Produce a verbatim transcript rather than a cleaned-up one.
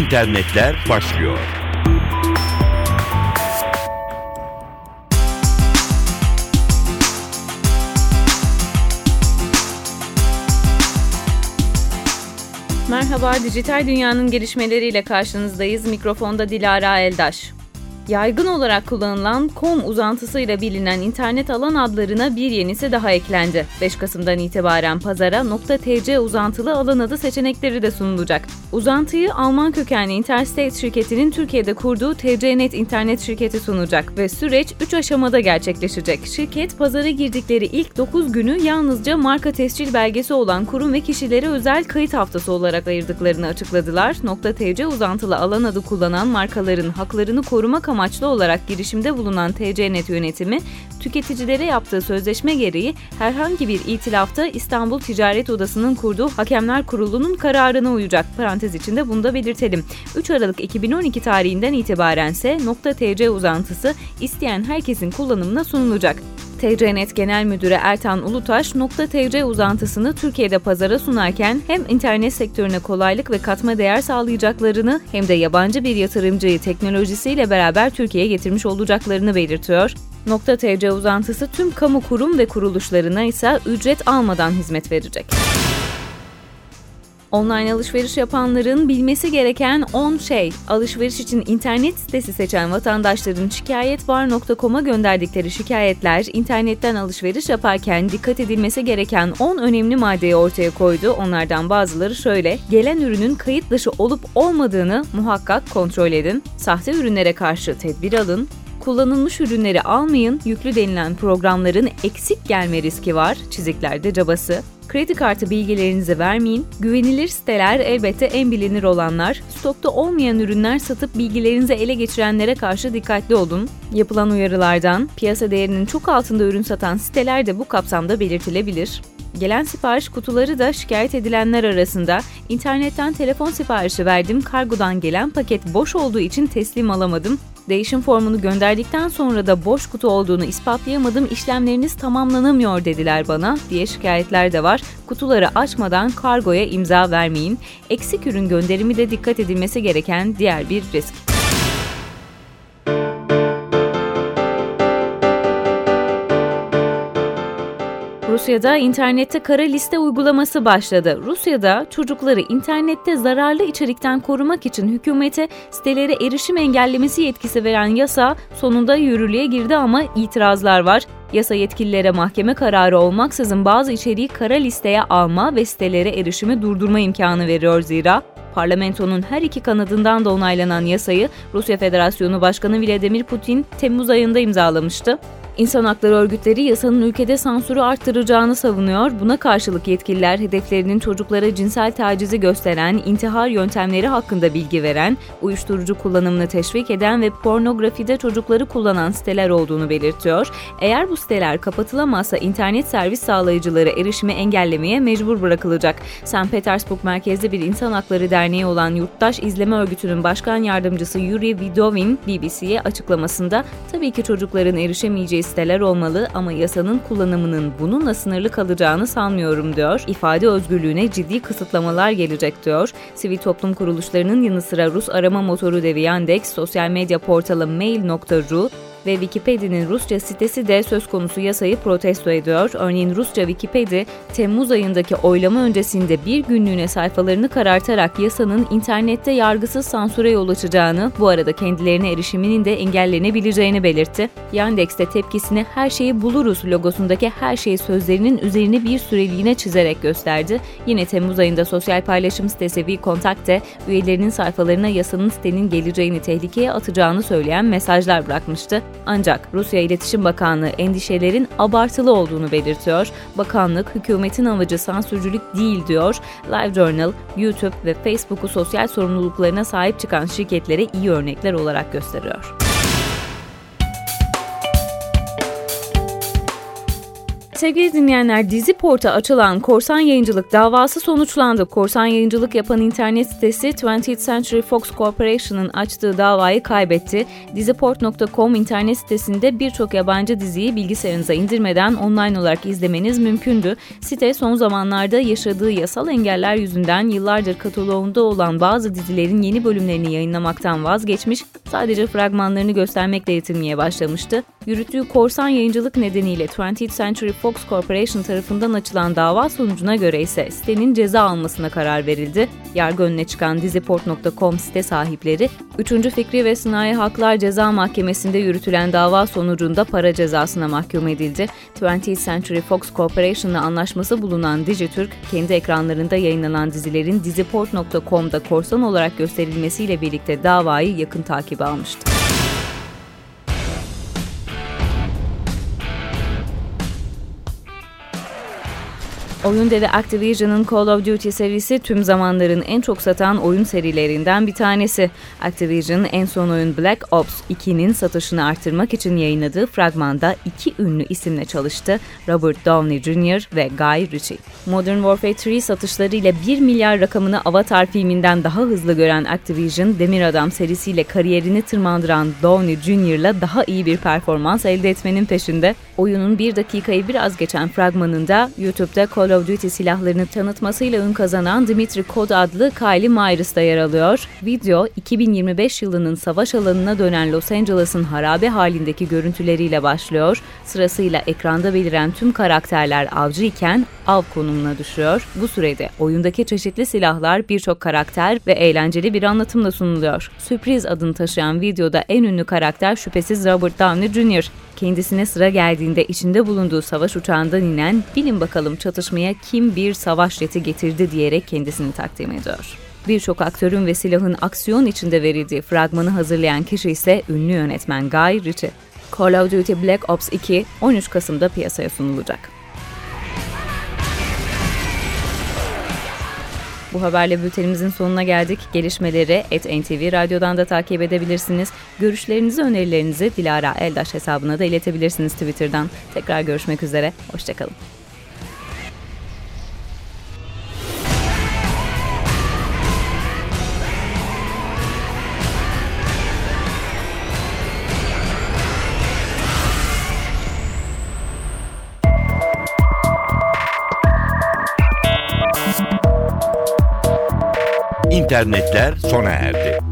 internetler başlıyor. Merhaba, dijital dünyanın gelişmeleriyle karşınızdayız. Mikrofonda Dilara Eldaş. Yaygın olarak kullanılan .com uzantısıyla bilinen internet alan adlarına bir yenisi daha eklendi. beş Kasım'dan itibaren pazara .tc uzantılı alan adı seçenekleri de sunulacak. Uzantıyı Alman kökenli Interstate şirketinin Türkiye'de kurduğu T C Net internet şirketi sunacak ve süreç üç aşamada gerçekleşecek. Şirket, pazara girdikleri ilk dokuz günü yalnızca marka tescil belgesi olan kurum ve kişilere özel kayıt haftası olarak ayırdıklarını açıkladılar. .tc uzantılı alan adı kullanan markaların haklarını korumak amaçlı olarak girişimde bulunan T C Net yönetimi, tüketicilere yaptığı sözleşme gereği herhangi bir itilafta İstanbul Ticaret Odası'nın kurduğu Hakemler Kurulu'nun kararına uyacak. Parantez içinde bunu da belirtelim. üç Aralık iki bin on iki tarihinden itibaren ise .tc uzantısı isteyen herkesin kullanımına sunulacak. T C Net Genel Müdürü Ertan Ulutaş, .tc uzantısını Türkiye'de pazara sunarken hem internet sektörüne kolaylık ve katma değer sağlayacaklarını hem de yabancı bir yatırımcıyı teknolojisiyle beraber Türkiye'ye getirmiş olacaklarını belirtiyor. .tc uzantısı tüm kamu kurum ve kuruluşlarına ise ücret almadan hizmet verecek. Online alışveriş yapanların bilmesi gereken on şey. Alışveriş için internet sitesi seçen vatandaşların şikayetvar nokta com'a gönderdikleri şikayetler, internetten alışveriş yaparken dikkat edilmesi gereken on önemli maddeyi ortaya koydu. Onlardan bazıları şöyle: gelen ürünün kayıt dışı olup olmadığını muhakkak kontrol edin. Sahte ürünlere karşı tedbir alın. Kullanılmış ürünleri almayın. Yüklü denilen programların eksik gelme riski var. Çiziklerde cabası. Kredi kartı bilgilerinizi vermeyin. Güvenilir siteler elbette en bilinir olanlar. Stokta olmayan ürünler satıp bilgilerinizi ele geçirenlere karşı dikkatli olun. Yapılan uyarılardan piyasa değerinin çok altında ürün satan siteler de bu kapsamda belirtilebilir. Gelen sipariş kutuları da şikayet edilenler arasında. İnternetten telefon siparişi verdim, kargodan gelen paket boş olduğu için teslim alamadım. Değişim formunu gönderdikten sonra da boş kutu olduğunu ispatlayamadım, işlemleriniz tamamlanamıyor dediler bana diye şikayetler de var. Kutuları açmadan kargoya imza vermeyin. Eksik ürün gönderimi de dikkat edilmesi gereken diğer bir risk. Rusya'da internette kara liste uygulaması başladı. Rusya'da çocukları internette zararlı içerikten korumak için hükümete sitelere erişim engellemesi yetkisi veren yasa sonunda yürürlüğe girdi ama itirazlar var. Yasa yetkililere mahkeme kararı olmaksızın bazı içeriği kara listeye alma ve sitelere erişimi durdurma imkanı veriyor zira. Parlamentonun her iki kanadından da onaylanan yasayı Rusya Federasyonu Başkanı Vladimir Putin Temmuz ayında imzalamıştı. İnsan hakları örgütleri yasanın ülkede sansürü arttıracağını savunuyor. Buna karşılık yetkililer hedeflerinin çocuklara cinsel tacizi gösteren, intihar yöntemleri hakkında bilgi veren, uyuşturucu kullanımını teşvik eden ve pornografide çocukları kullanan siteler olduğunu belirtiyor. Eğer bu siteler kapatılamazsa internet servis sağlayıcıları erişimi engellemeye mecbur bırakılacak. Sankt Petersburg merkezli bir insan hakları derneği olan Yurttaş İzleme Örgütü'nün başkan yardımcısı Yuri Vidovin B B C'ye açıklamasında tabii ki çocukların erişemeyeceği siteler olmalı ama yasanın kullanımının bununla sınırlı kalacağını sanmıyorum diyor. İfade özgürlüğüne ciddi kısıtlamalar gelecek diyor. Sivil toplum kuruluşlarının yanı sıra Rus arama motoru devi Yandex, sosyal medya portalı mail nokta ru ve Wikipedia'nın Rusça sitesi de söz konusu yasayı protesto ediyor. Örneğin Rusça Wikipedia, Temmuz ayındaki oylama öncesinde bir günlüğüne sayfalarını karartarak yasanın internette yargısız sansüre yol açacağını, bu arada kendilerine erişiminin de engellenebileceğini belirtti. Yandex de tepkisini "her şeyi buluruz" logosundaki her şey sözlerinin üzerini bir süreliğine çizerek gösterdi. Yine Temmuz ayında sosyal paylaşım sitesi WeContact üyelerinin sayfalarına yasanın sitenin geleceğini tehlikeye atacağını söyleyen mesajlar bırakmıştı. Ancak Rusya İletişim Bakanlığı endişelerin abartılı olduğunu belirtiyor. Bakanlık, hükümetin amacı sansürcülük değil diyor. LiveJournal, YouTube ve Facebook'u sosyal sorumluluklarına sahip çıkan şirketlere iyi örnekler olarak gösteriyor. Evet sevgili dinleyenler, Diziport'a açılan korsan yayıncılık davası sonuçlandı. Korsan yayıncılık yapan internet sitesi twentieth Century Fox Corporation'ın açtığı davayı kaybetti. Diziport nokta com internet sitesinde birçok yabancı diziyi bilgisayarınıza indirmeden online olarak izlemeniz mümkündü. Site son zamanlarda yaşadığı yasal engeller yüzünden yıllardır kataloğunda olan bazı dizilerin yeni bölümlerini yayınlamaktan vazgeçmiş, sadece fragmanlarını göstermekle yetinmeye başlamıştı. Yürüttüğü korsan yayıncılık nedeniyle twentieth Century Fox Corporation tarafından açılan dava sonucuna göre ise sitenin ceza almasına karar verildi. Yargı önüne çıkan Diziport nokta com site sahipleri, üçüncü Fikri ve Sınai Haklar Ceza Mahkemesi'nde yürütülen dava sonucunda para cezasına mahkum edildi. twentieth Century Fox Corporation'la anlaşması bulunan Dijitürk, kendi ekranlarında yayınlanan dizilerin Diziport nokta com'da korsan olarak gösterilmesiyle birlikte davayı yakın takibe almıştı. Oyun devi Activision'ın Call of Duty serisi tüm zamanların en çok satan oyun serilerinden bir tanesi. Activision en son oyun Black Ops iki'nin satışını artırmak için yayınladığı fragmanda iki ünlü isimle çalıştı: Robert Downey Junior ve Guy Ritchie. Modern Warfare üç satışlarıyla bir milyar rakamını Avatar filminden daha hızlı gören Activision, Demir Adam serisiyle kariyerini tırmandıran Downey Junior'la daha iyi bir performans elde etmenin peşinde. Oyunun bir dakikayı biraz geçen fragmanında YouTube'da Call of Duty silahlarını tanıtmasıyla ün kazanan Dimitri Kod adlı Kylie Myers da yer alıyor. Video, iki bin yirmi beş yılının savaş alanına dönen Los Angeles'ın harabe halindeki görüntüleriyle başlıyor. Sırasıyla ekranda beliren tüm karakterler avcı iken av konumuna düşüyor. Bu sürede oyundaki çeşitli silahlar, birçok karakter ve eğlenceli bir anlatımla sunuluyor. Sürpriz adını taşıyan videoda en ünlü karakter şüphesiz Robert Downey Junior Kendisine sıra geldiğinde içinde bulunduğu savaş uçağından inen, bilin bakalım çatışmaya kim bir savaş jeti getirdi diyerek kendisini takdim ediyor. Birçok aktörün ve silahın aksiyon içinde verildiği fragmanı hazırlayan kişi ise ünlü yönetmen Guy Ritchie. Call of Duty Black Ops iki on üç Kasım'da piyasaya sunulacak. Bu haberle bültenimizin sonuna geldik. Gelişmeleri et N T V Radyo'dan da takip edebilirsiniz. Görüşlerinizi, önerilerinizi Dilara Eldaş hesabına da iletebilirsiniz Twitter'dan. Tekrar görüşmek üzere, hoşçakalın. İnternetler sona erdi.